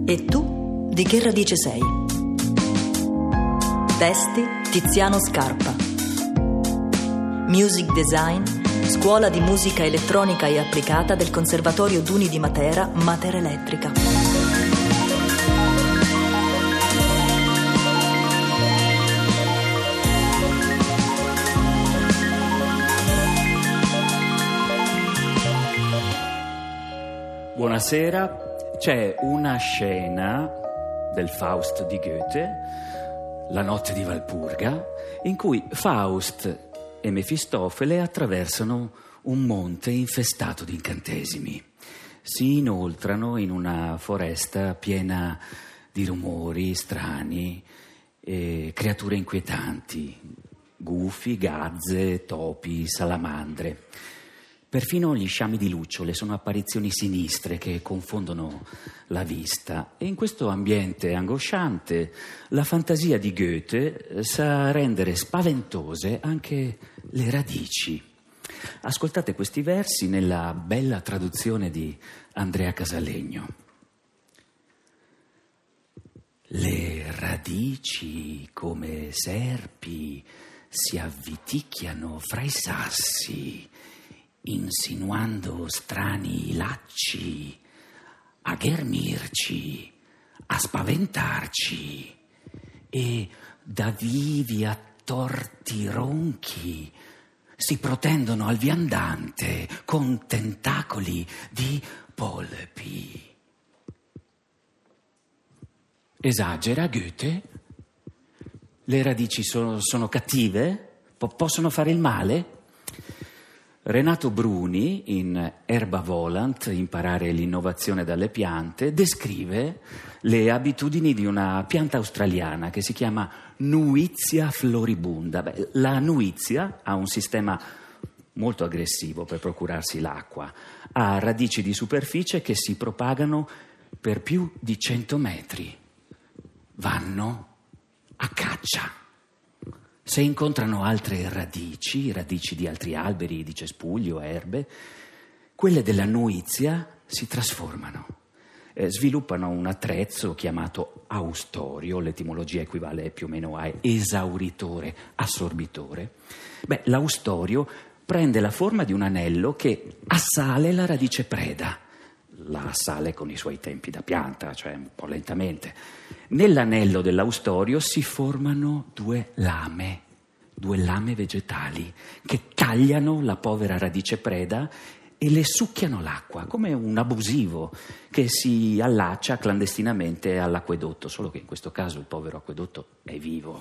E tu di che radice sei? Testi Tiziano Scarpa. Music Design, Scuola di Musica Elettronica e Applicata del Conservatorio d'Uni di Matera, Matera Elettrica. Buonasera. C'è una scena del Faust di Goethe, La notte di Valpurga, in cui Faust e Mefistofele attraversano un monte infestato di incantesimi. Si inoltrano in una foresta piena di rumori strani e creature inquietanti, gufi, gazze, topi, salamandre. Perfino gli sciami di lucciole sono apparizioni sinistre che confondono la vista, e in questo ambiente angosciante la fantasia di Goethe sa rendere spaventose anche le radici. Ascoltate questi versi nella bella traduzione di Andrea Casalegno. Le radici come serpi si avviticchiano fra i sassi, insinuando strani lacci, a ghermirci, a spaventarci, e da vivi attorti ronchi si protendono al viandante con tentacoli di polpi. Esagera Goethe? Le radici sono cattive? Possono fare il male? Renato Bruni, in Erba Volant, imparare l'innovazione dalle piante, descrive le abitudini di una pianta australiana che si chiama Nuizia floribunda. La Nuizia ha un sistema molto aggressivo per procurarsi l'acqua. Ha radici di superficie che si propagano per più di 100 metri. Vanno a caccia. Se incontrano altre radici di altri alberi, di cespuglio, erbe, quelle della Nuizia si trasformano, sviluppano un attrezzo chiamato austorio, l'etimologia equivale più o meno a esauritore, assorbitore. L'austorio prende la forma di un anello che assale la radice preda. La assale con i suoi tempi da pianta, cioè un po' lentamente. Nell'anello dell'austorio si formano due lame vegetali che tagliano la povera radice preda e le succhiano l'acqua, come un abusivo che si allaccia clandestinamente all'acquedotto, solo che in questo caso il povero acquedotto è vivo.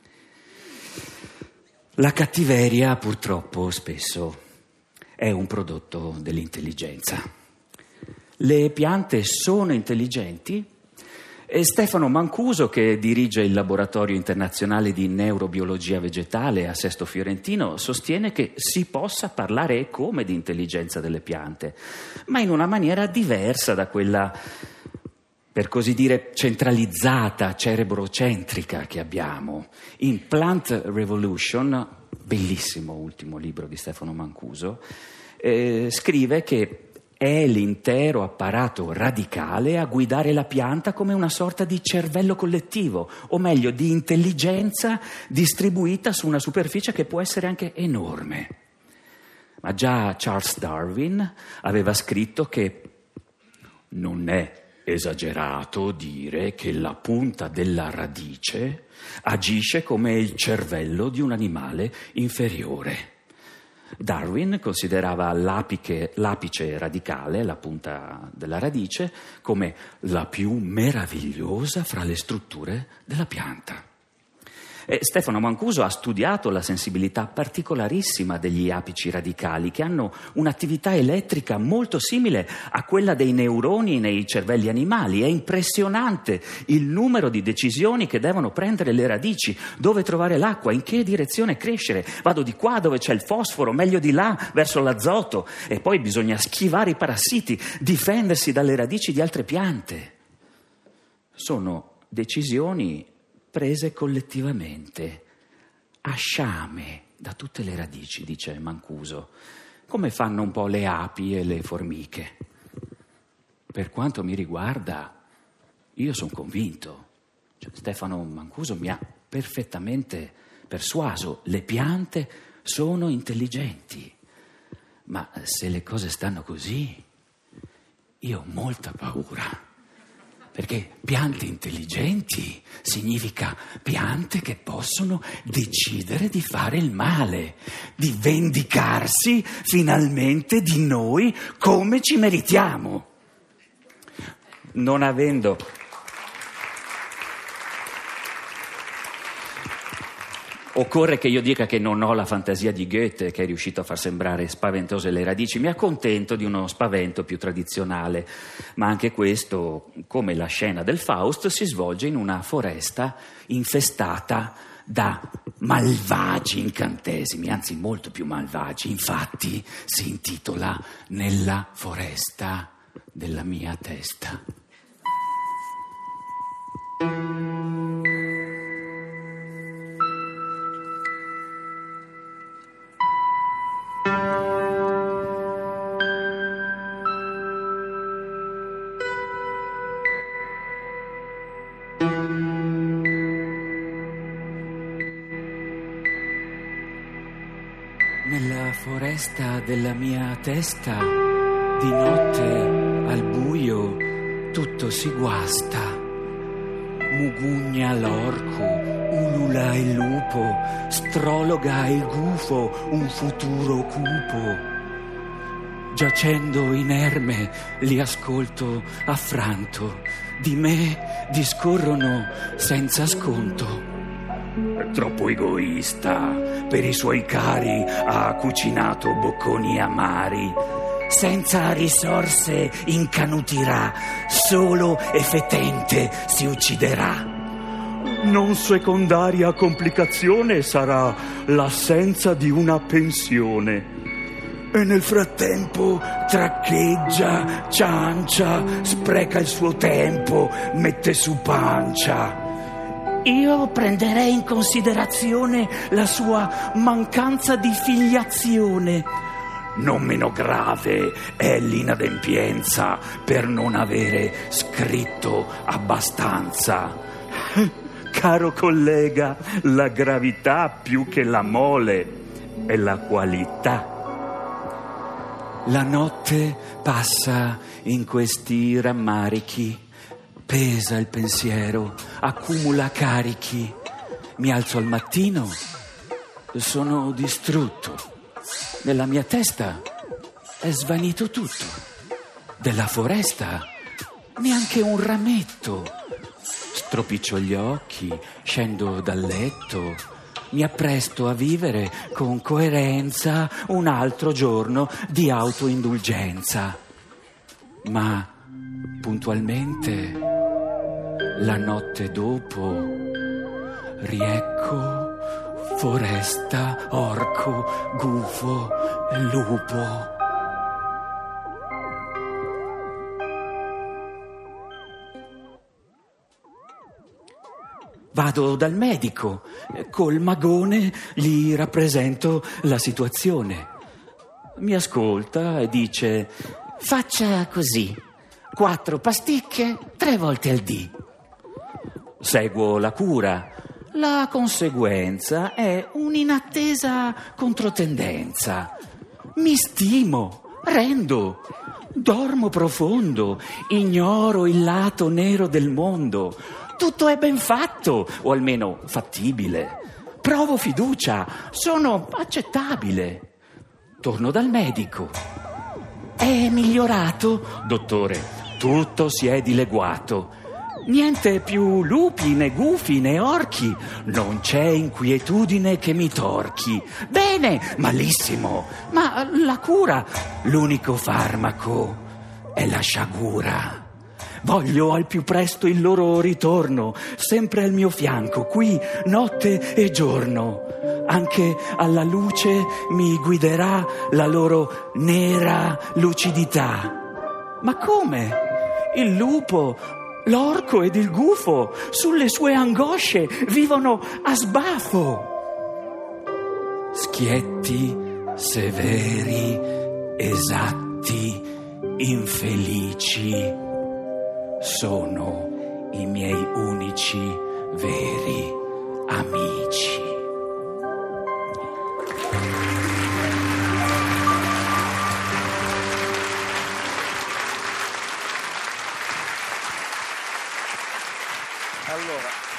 La cattiveria, purtroppo, spesso è un prodotto dell'intelligenza. Le piante sono intelligenti e Stefano Mancuso, che dirige il Laboratorio Internazionale di Neurobiologia Vegetale a Sesto Fiorentino, sostiene che si possa parlare e come di intelligenza delle piante, ma in una maniera diversa da quella, per così dire, centralizzata, cerebrocentrica che abbiamo. In Plant Revolution, bellissimo ultimo libro di Stefano Mancuso, scrive che è l'intero apparato radicale a guidare la pianta come una sorta di cervello collettivo, o meglio di intelligenza distribuita su una superficie che può essere anche enorme. Ma già Charles Darwin aveva scritto che non è esagerato dire che la punta della radice agisce come il cervello di un animale inferiore. Darwin considerava l'apice radicale, la punta della radice, come la più meravigliosa fra le strutture della pianta. E Stefano Mancuso ha studiato la sensibilità particolarissima degli apici radicali, che hanno un'attività elettrica molto simile a quella dei neuroni nei cervelli animali. È impressionante il numero di decisioni che devono prendere le radici: dove trovare l'acqua, in che direzione crescere, vado di qua dove c'è il fosforo, meglio di là verso l'azoto, e poi bisogna schivare i parassiti, difendersi dalle radici di altre piante. Sono decisioni prese collettivamente, a sciame da tutte le radici, dice Mancuso, come fanno un po' le api e le formiche. Per quanto mi riguarda, io sono convinto. Stefano Mancuso mi ha perfettamente persuaso. Le piante sono intelligenti. Ma se le cose stanno così, io ho molta paura. Perché piante intelligenti significa piante che possono decidere di fare il male, di vendicarsi finalmente di noi come ci meritiamo. Non avendo... Occorre che io dica che non ho la fantasia di Goethe, che è riuscito a far sembrare spaventose le radici. Mi accontento di uno spavento più tradizionale, ma anche questo, come la scena del Faust, si svolge in una foresta infestata da malvagi incantesimi, anzi molto più malvagi. Infatti si intitola Nella foresta della mia testa. Nella foresta della mia testa, di notte al buio, tutto si guasta. Mugugna l'orco, ulula il lupo, strologa il gufo, un futuro cupo. Giacendo inerme li ascolto affranto, di me discorrono senza sconto. È troppo egoista, per i suoi cari ha cucinato bocconi amari. Senza risorse incanutirà, solo e fetente si ucciderà. Non secondaria complicazione sarà l'assenza di una pensione. E nel frattempo traccheggia, ciancia, spreca il suo tempo, mette su pancia. Io prenderei in considerazione la sua mancanza di filiazione. Non meno grave è l'inadempienza per non avere scritto abbastanza. Caro collega, la gravità più che la mole è la qualità. La notte passa in questi rammarichi. Pesa il pensiero, accumula carichi. Mi alzo al mattino, sono distrutto. Nella mia testa è svanito tutto. Della foresta neanche un rametto. Stropiccio gli occhi, scendo dal letto. Mi appresto a vivere con coerenza un altro giorno di autoindulgenza. Ma puntualmente... la notte dopo riecco foresta, orco, gufo, lupo. Vado dal medico, col magone gli rappresento la situazione. Mi ascolta e dice: faccia così, 4 pasticche 3 volte al dì. Seguo la cura. La conseguenza è un'inattesa controtendenza. Mi stimo, rendo, dormo profondo, ignoro il lato nero del mondo. Tutto è ben fatto, o almeno fattibile. Provo fiducia, sono accettabile. Torno dal medico. È migliorato, dottore, tutto si è dileguato. Niente più lupi, né gufi, né orchi. Non c'è inquietudine che mi torchi. Bene, malissimo. Ma la cura, l'unico farmaco è la sciagura. Voglio al più presto il loro ritorno, sempre al mio fianco, qui, notte e giorno. Anche alla luce mi guiderà la loro nera lucidità. Ma come? Il lupo... l'orco ed il gufo, sulle sue angosce, vivono a sbafo. Schietti, severi, esatti, infelici, sono i miei unici veri amici. Allora,